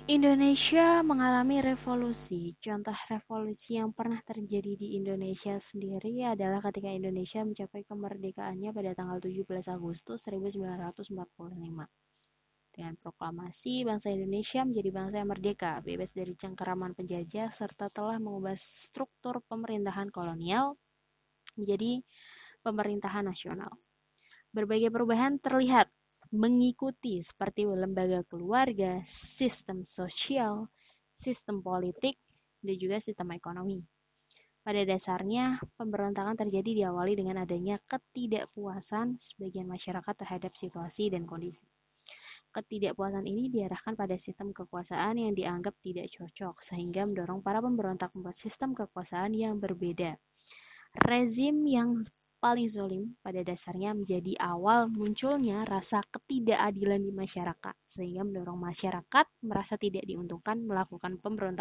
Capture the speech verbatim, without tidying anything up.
Indonesia mengalami revolusi. Contoh revolusi yang pernah terjadi di Indonesia sendiri adalah ketika Indonesia mencapai kemerdekaannya pada tanggal tujuh belas Agustus seribu sembilan ratus empat puluh lima. Dengan proklamasi, bangsa Indonesia menjadi bangsa yang merdeka, bebas dari cengkeraman penjajah, serta telah mengubah struktur pemerintahan kolonial menjadi pemerintahan nasional. Berbagai perubahan terlihat mengikuti seperti lembaga keluarga, sistem sosial, sistem politik, dan juga sistem ekonomi. Pada dasarnya, pemberontakan terjadi diawali dengan adanya ketidakpuasan sebagian masyarakat terhadap situasi dan kondisi. Ketidakpuasan ini diarahkan pada sistem kekuasaan yang dianggap tidak cocok, sehingga mendorong para pemberontak membuat sistem kekuasaan yang berbeda. Rezim yang paling zolim pada dasarnya menjadi awal munculnya rasa ketidakadilan di masyarakat, sehingga mendorong masyarakat merasa tidak diuntungkan melakukan pemberontakan.